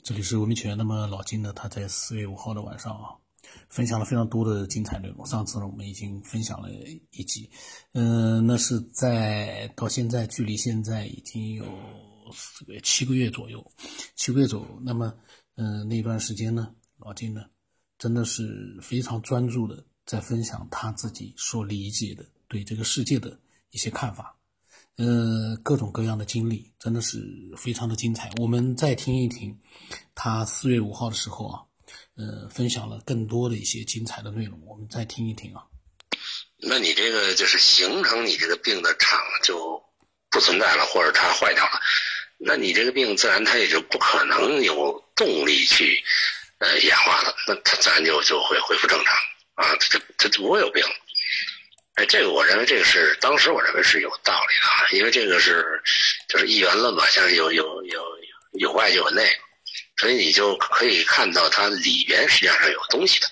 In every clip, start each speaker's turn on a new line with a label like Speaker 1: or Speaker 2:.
Speaker 1: 这里是文明起源。那么老金呢，他在4月5号的晚上分享了非常多的精彩内容。上次呢，我们已经分享了一集，那是到现在，距离现在已经有7个月左右。那么，那段时间呢，老金呢，真的是非常专注的在分享他自己所理解的对这个世界的一些看法。各种各样的经历真的是非常的精彩。我们再听一听他4月5号的时候分享了更多的一些精彩的内容，我们再听一听啊。
Speaker 2: 那你这个就是形成你这个病的场就不存在了，或者它坏掉了，那你这个病自然它也就不可能有动力去演化了，那它自然就会恢复正常啊，这不会有病了。这个我认为这个是当时我认为是有道理的啊，因为这个就是一元论嘛，像有外就有内，所以你就可以看到它里边实际上是有东西的。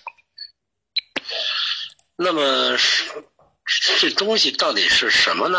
Speaker 2: 那么这东西到底是什么呢？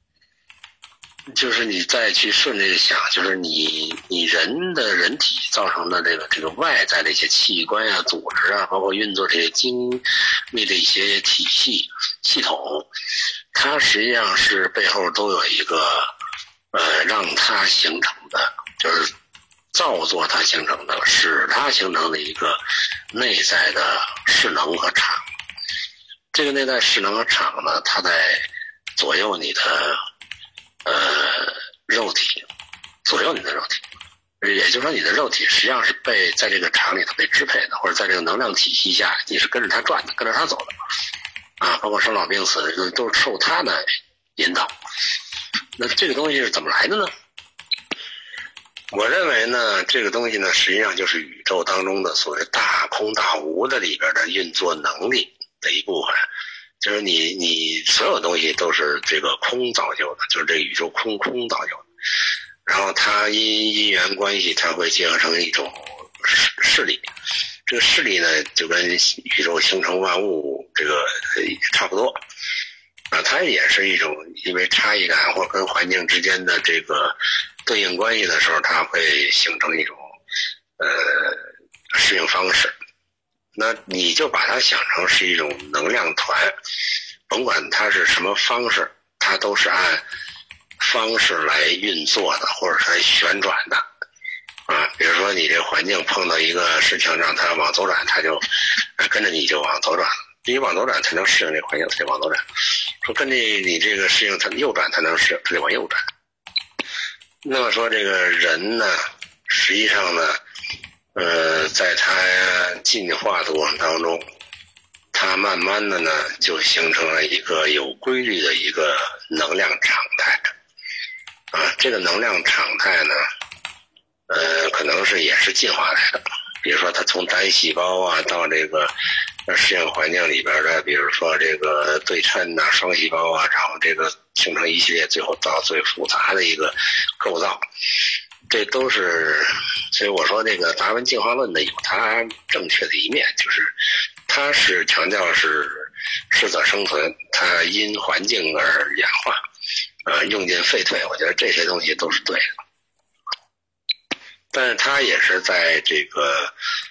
Speaker 2: 就是你再去顺着想，就是你人体造成的这个外在的一些器官啊、组织啊，包括运作这些精密的一些体系统，它实际上是背后都有一个让它形成的，就是造作它形成的，使它形成的一个内在的势能和场。这个内在势能和场呢，它在左右你的肉体，左右你的肉体，也就是说你的肉体实际上是在这个场里头被支配的，或者在这个能量体系下你是跟着它转的，跟着它走的啊，包括生老病死都是受它的引导。那这个东西是怎么来的呢？我认为呢，这个东西呢实际上就是宇宙当中的所谓大空大无的里边的运作能力的一部分。就是你所有东西都是这个空造就的，就是这个宇宙空造就的，然后它因缘关系，它会结合成一种势力。这个势力呢，就跟宇宙形成万物这个差不多啊，它也是一种因为差异感或跟环境之间的这个对应关系的时候，它会形成一种适应方式。那你就把它想成是一种能量团，甭管它是什么方式，它都是按方式来运作的，或者是来旋转的啊。比如说你这环境碰到一个事情让它往左转，它就跟着你就往左转了，你往左转才能适应这个环境，才往左转。说跟着你这个适应它右转，它能适应它就往右转。那么说这个人呢，实际上呢在它进化的过程当中，它慢慢的呢就形成了一个有规律的一个能量常态啊。这个能量常态呢可能也是进化来的。比如说它从单细胞啊到这个适应环境里边的，比如说这个对称啊、双细胞啊，然后这个形成一系列最后到最复杂的一个构造。这都是，所以我说这个达尔文进化论呢有它正确的一面，就是它是强调是适者生存，它因环境而演化，用进废退，我觉得这些东西都是对的。但是它也是在这个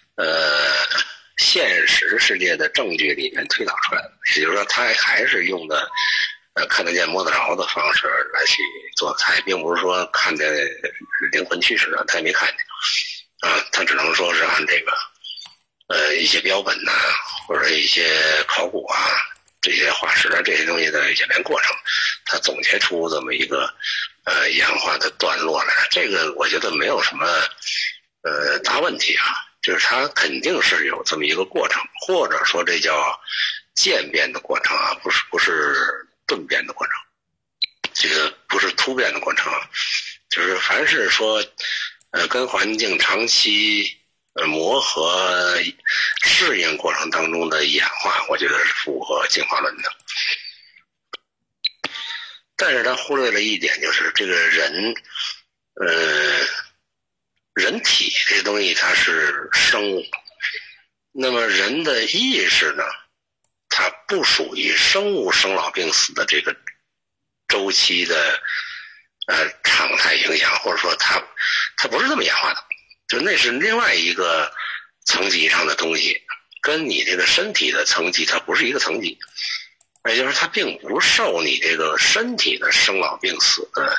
Speaker 2: 现实世界的证据里面推导出来的，也就是说它还是用的看得见摸得着的方式来去做，它也并不是说看见灵魂驱使的，他也没看见啊，他只能说是按这个一些标本呐，或者一些考古啊，这些化石啊，这些东西的演变过程，它总结出这么一个演化的段落来。这个我觉得没有什么大问题啊，就是它肯定是有这么一个过程，或者说这叫渐变的过程啊，不是顿变的过程，这个不是突变的过程，就是凡是说跟环境长期磨合适应过程当中的演化，我觉得是符合进化论的。但是他忽略了一点，就是这个人体这些东西它是生物，那么人的意识呢，它不属于生物生老病死的这个周期的常态影响，或者说它不是这么演化的就那是另外一个层级上的东西，跟你这个身体的层级它不是一个层级，也就是它并不受你这个身体的生老病死的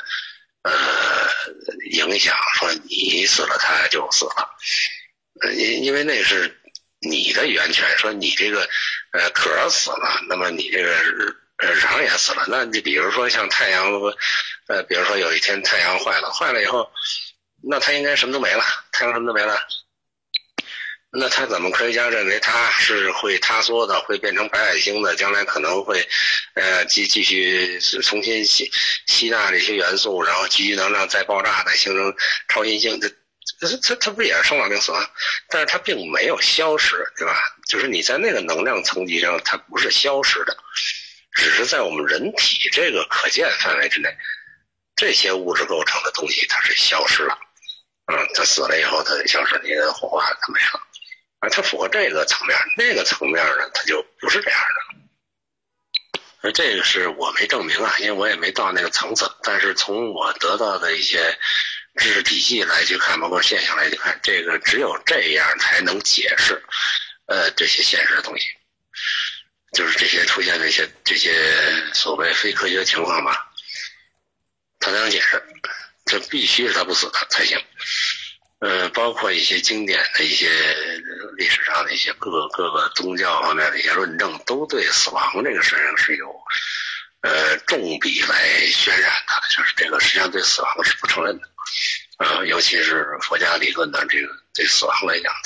Speaker 2: 影响，说你死了它就死了，因为那是你的源泉，说你这个壳死了，那么你这个瓤也死了。那你比如说像太阳，比如说有一天太阳坏了以后，那它应该什么都没了，太阳什么都没了。那他怎么科学家认为它是会塌缩的，会变成白矮星的，将来可能会继续重新吸纳这些元素，然后积聚能量再爆炸，再形成超新星。它不也是生老病死吗？但是它并没有消失，对吧？就是你在那个能量层级上，它不是消失的，只是在我们人体这个可见范围之内，这些物质构成的东西它是消失了。它死了以后它消失，你的火化它没了。它符合这个层面，那个层面呢，它就不是这样的。这个是我没证明啊，因为我也没到那个层次。但是从我得到的一些知识体系来去看，包括现象来去看，这个只有这样才能解释，这些现实的东西，就是这些出现的这些所谓非科学情况吧，它才能解释。这必须是它不死的才行。包括一些经典的一些历史上的一些各个宗教方面的一些论证，都对死亡这个事情是有重笔来渲染的，就是这个实际上对死亡是不承认的。尤其是佛家理论的这个对死亡来讲，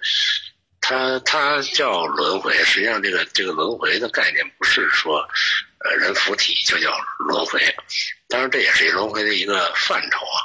Speaker 2: 它叫轮回，实际上这个轮回的概念不是说人附体就叫轮回，当然这也是轮回的一个范畴啊。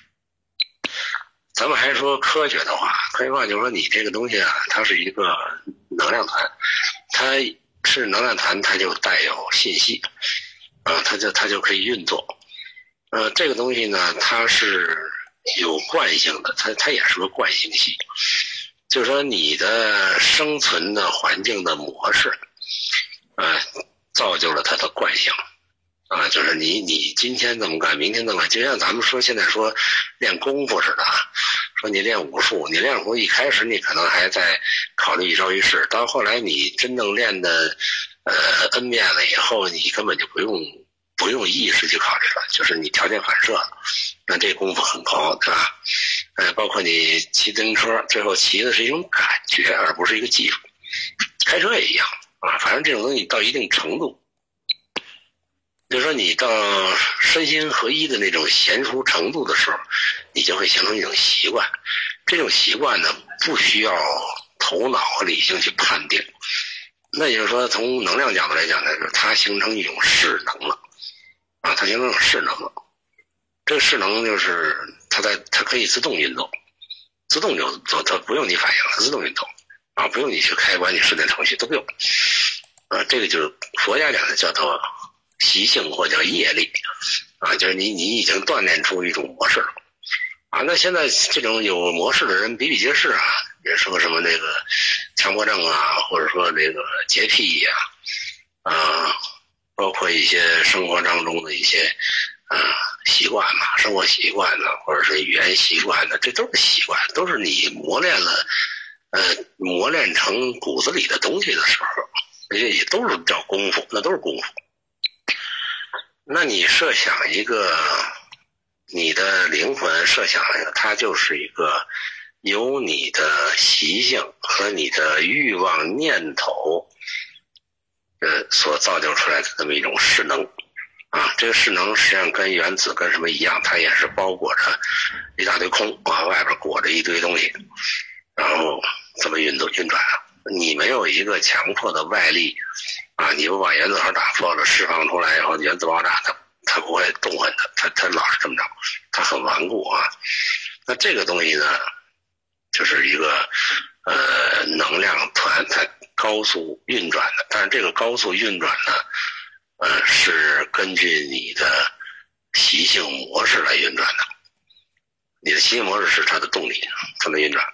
Speaker 2: 咱们还说科学的话，科学话就是说你这个东西啊，它是一个能量团，它是能量团，它就带有信息，它就可以运作。这个东西呢，它是有惯性的，它也是个惯性系，就是说你的生存的环境的模式，造就了它的惯性。就是你今天这么干，明天这么干，就像咱们说现在说练功夫似的，说你练武术，你练武术一开始你可能还在考虑一招一式，到后来你真正练的N 遍了以后，你根本就不用意识去考虑了，就是你条件反射，那这功夫很高，对吧？包括你骑自行车，最后骑的是一种感觉，而不是一个技术。开车也一样反正这种东西到一定程度，就是说你到身心合一的那种娴熟程度的时候，你就会形成一种习惯。这种习惯呢，不需要头脑和理性去判定。那也就是说，从能量角度来讲呢，就是它形成一种势能了，它形成一种势能了。这个势能就是它可以自动运动，自动就做，它不用你反应，它自动运动不用你去开关，你设定程序都不用。这个就是佛家讲的叫做习性或叫业力就是你已经锻炼出一种模式了那现在这种有模式的人比比皆是比如说什么那个强迫症或者说那个洁癖包括一些生活当中的一些习惯生活习惯或者是语言习惯这都是习惯，都是你磨练了磨练成骨子里的东西的时候，这些也都是叫功夫，那都是功夫。那你设想一个你的灵魂，设想一个它就是一个由你的习性和你的欲望念头所造就出来的这么一种势能这个势能实际上跟原子跟什么一样，它也是包裹着一大堆空外边裹着一堆东西，然后这么运转你没有一个强迫的外力你不把原子核打破了释放出来以后，原子爆炸它不会动弹的，它老是这么着，它很顽固那这个东西呢，就是一个能量团在高速运转的，但是这个高速运转呢是根据你的习性模式来运转的，你的习性模式是它的动力这么运转。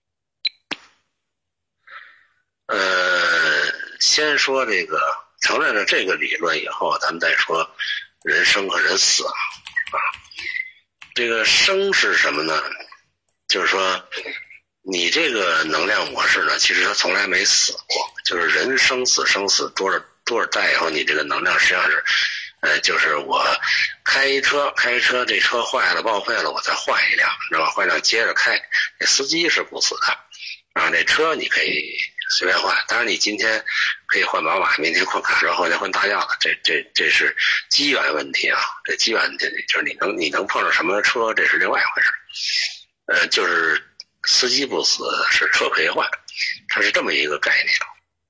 Speaker 2: 先说这个承认了这个理论以后，咱们再说人生和人死这个生是什么呢？ 就是说你这个能量模式呢，其实它从来没死过，就是人生死多少代以后，你这个能量实际上是就是我开车这车坏了报废了，我再换一辆，知道吧？换一辆接着开，这司机是不死的，然后这车你可以随便换，当然你今天可以换宝马，明天换卡车，后天换大轿的，这是机缘问题啊，这机缘就是你能碰上什么车，这是另外一回事。就是司机不死，是车可以换，它是这么一个概念。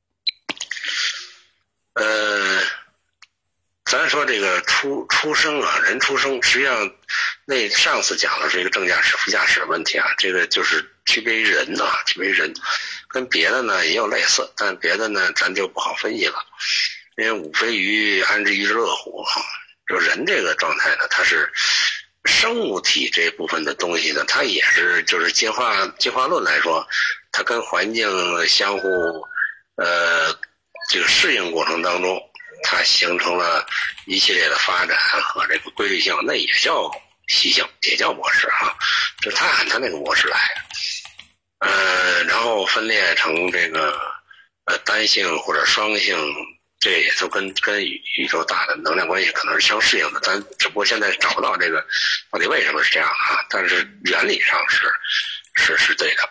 Speaker 2: 咱说这个出生啊，人出生，实际上那上次讲的是一个正驾驶、副驾驶的问题啊，这个就是区别于人啊，区别于人，跟别的呢也有类似，但别的呢咱就不好分析了，因为无非于安之于乐乎啊。就人这个状态呢，它是生物体这部分的东西呢，它也是就是进化论来说，它跟环境相互这个适应过程当中，它形成了一系列的发展和这个规律性，那也叫习性，也叫模式啊，就它按它那个模式来。然后分裂成这个单性或者双性，这也都跟宇宙大的能量关系可能是相适应的，咱只不过现在找不到这个到底为什么是这样啊，但是原理上是对的。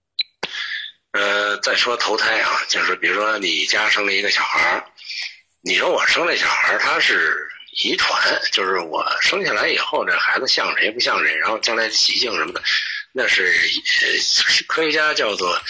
Speaker 2: 再说投胎啊，就是比如说你家生了一个小孩，你说我生了小孩，他是遗传，就是我生下来以后这孩子像谁不像谁，然后将来习性什么的，那是科学家叫做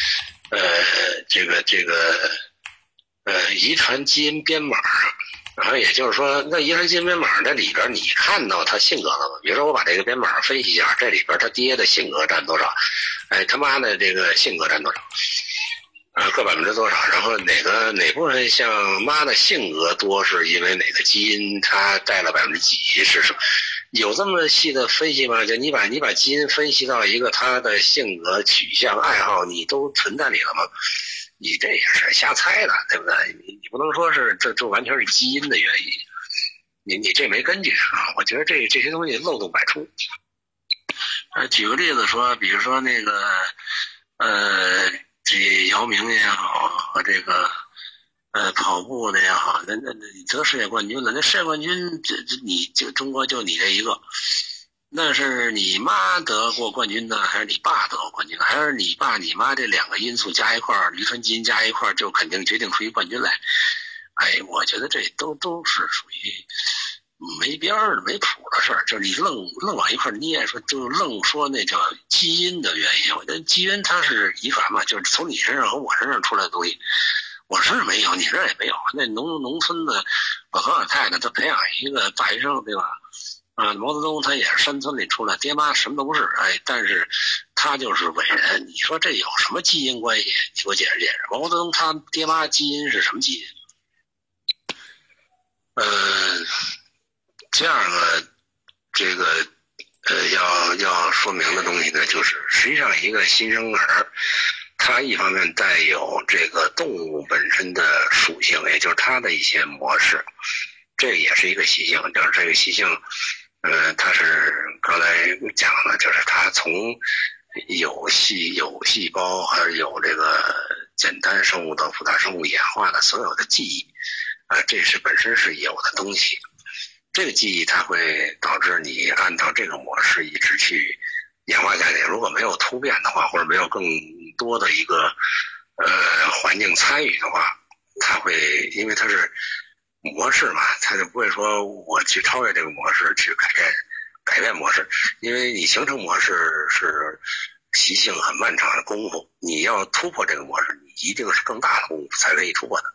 Speaker 2: 遗传基因编码。然后也就是说，那遗传基因编码这里边你看到他性格了吗？比如说我把这个编码分析一下，这里边他爹的性格占多少，他妈的这个性格占多少，各%多少，然后哪部分像妈的性格多，是因为哪个基因它带了几是什么？有这么细的分析吗？就你把基因分析到一个他的性格取向爱好，你都存在里了吗？你这也是瞎猜的，对不对？你不能说是这完全是基因的原因，你这没根据啊！我觉得这些东西漏洞百出。举个例子说，比如说那个这姚明也好，和这个跑步的也好，那你得世界冠军了，那世界冠军这你就中国就你这一个。那是你妈得过冠军呢，还是你爸得过冠军呢？还是你爸你妈这两个因素加一块儿，遗传基因加一块儿，就肯定决定出一冠军来？哎，我觉得这都是属于没边儿的、没谱的事儿，就是你愣往一块捏，说就愣说那叫基因的原因。我觉得基因它是遗传嘛，就是从你身上和我身上出来的东西。我身上没有，你身上也没有。那农村的老头老太太，他培养一个大学生，对吧？毛泽东他也是山村里出来，爹妈什么都不是，但是他就是伟人。你说这有什么基因关系？你给我解释解释。毛泽东他爹妈基因是什么基因？第二个，这个要说明的东西呢，就是实际上一个新生儿，它一方面带有这个动物本身的属性，也就是它的一些模式，这也是一个习性，就是这个习性。它是刚才讲的，就是它从有细胞还是有这个简单生物到复杂生物演化的所有的记忆，这是本身是有的东西。这个记忆它会导致你按照这个模式一直去演化下去。如果没有突变的话，或者没有更多的一个环境参与的话，它会因为它是模式嘛，他就不会说我去超越这个模式去改变模式，因为你形成模式是习性很漫长的功夫，你要突破这个模式，你一定是更大的功夫才可以突破的。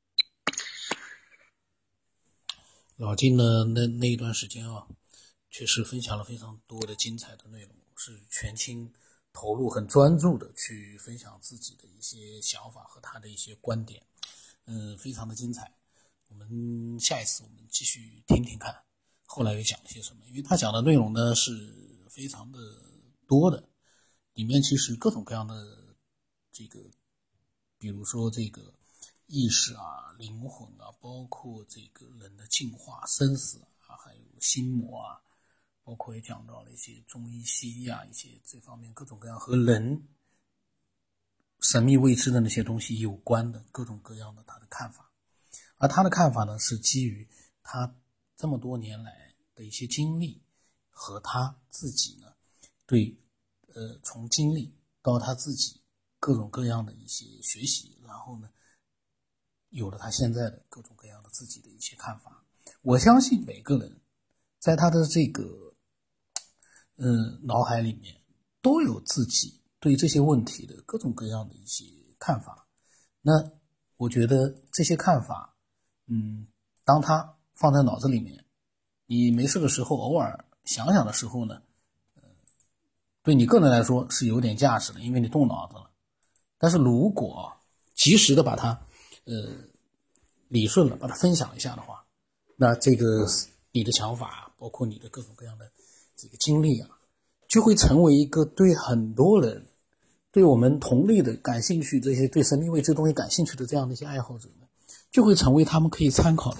Speaker 1: 老金呢，那一段时间啊，确实分享了非常多的精彩的内容，是全心投入、很专注的去分享自己的一些想法和他的一些观点，非常的精彩。我们下一次我们继续听听看后来又讲了些什么，因为他讲的内容呢是非常的多的，里面其实各种各样的这个，比如说这个意识啊、灵魂啊，包括这个人的进化、生死啊，还有心魔啊， 包括也讲到了一些中医西医啊，一些这方面各种各样和人神秘未知的那些东西有关的各种各样的他的看法。而他的看法呢，是基于他这么多年来的一些经历和他自己呢对从经历到他自己各种各样的一些学习，然后呢有了他现在的各种各样的自己的一些看法。我相信每个人在他的这个脑海里面都有自己对这些问题的各种各样的一些看法。那我觉得这些看法当他放在脑子里面，你没事的时候偶尔想想的时候呢，对你个人来说是有点价值的，因为你动脑子了。但是如果及时的把它理顺了，把它分享一下的话，那这个你的想法包括你的各种各样的这个经历啊，就会成为一个对很多人对我们同类的感兴趣，这些对神秘未知东西感兴趣的这样的一些爱好者呢，就会成为他们可以参考的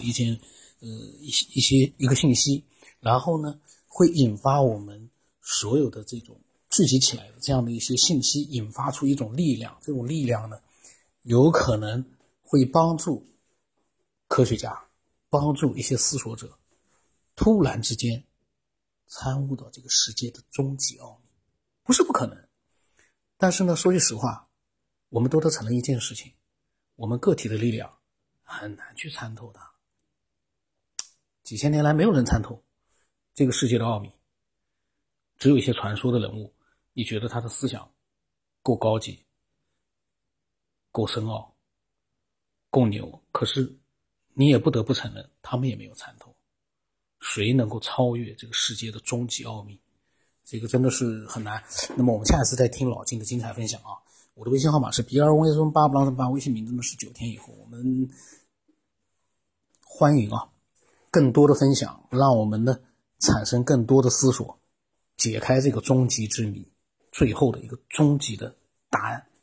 Speaker 1: 一个信息，然后呢会引发我们所有的这种聚集起来的这样的一些信息，引发出一种力量。这种力量呢有可能会帮助科学家，帮助一些思索者突然之间参悟到这个世界的终极奥秘。不是不可能，但是呢说句实话，我们都得承认一件事情，我们个体的力量很难去参透它。几千年来没有人参透这个世界的奥秘，只有一些传说的人物，你觉得他的思想够高级，够深奥，够牛，可是你也不得不承认他们也没有参透。谁能够超越这个世界的终极奥秘，这个真的是很难。那么我们下一次再听老金的精彩分享啊！我的微信号码是 B21888，微信名字呢是9天以后。我们欢迎更多的分享，让我们呢产生更多的思索，解开这个终极之谜，最后的一个终极的答案。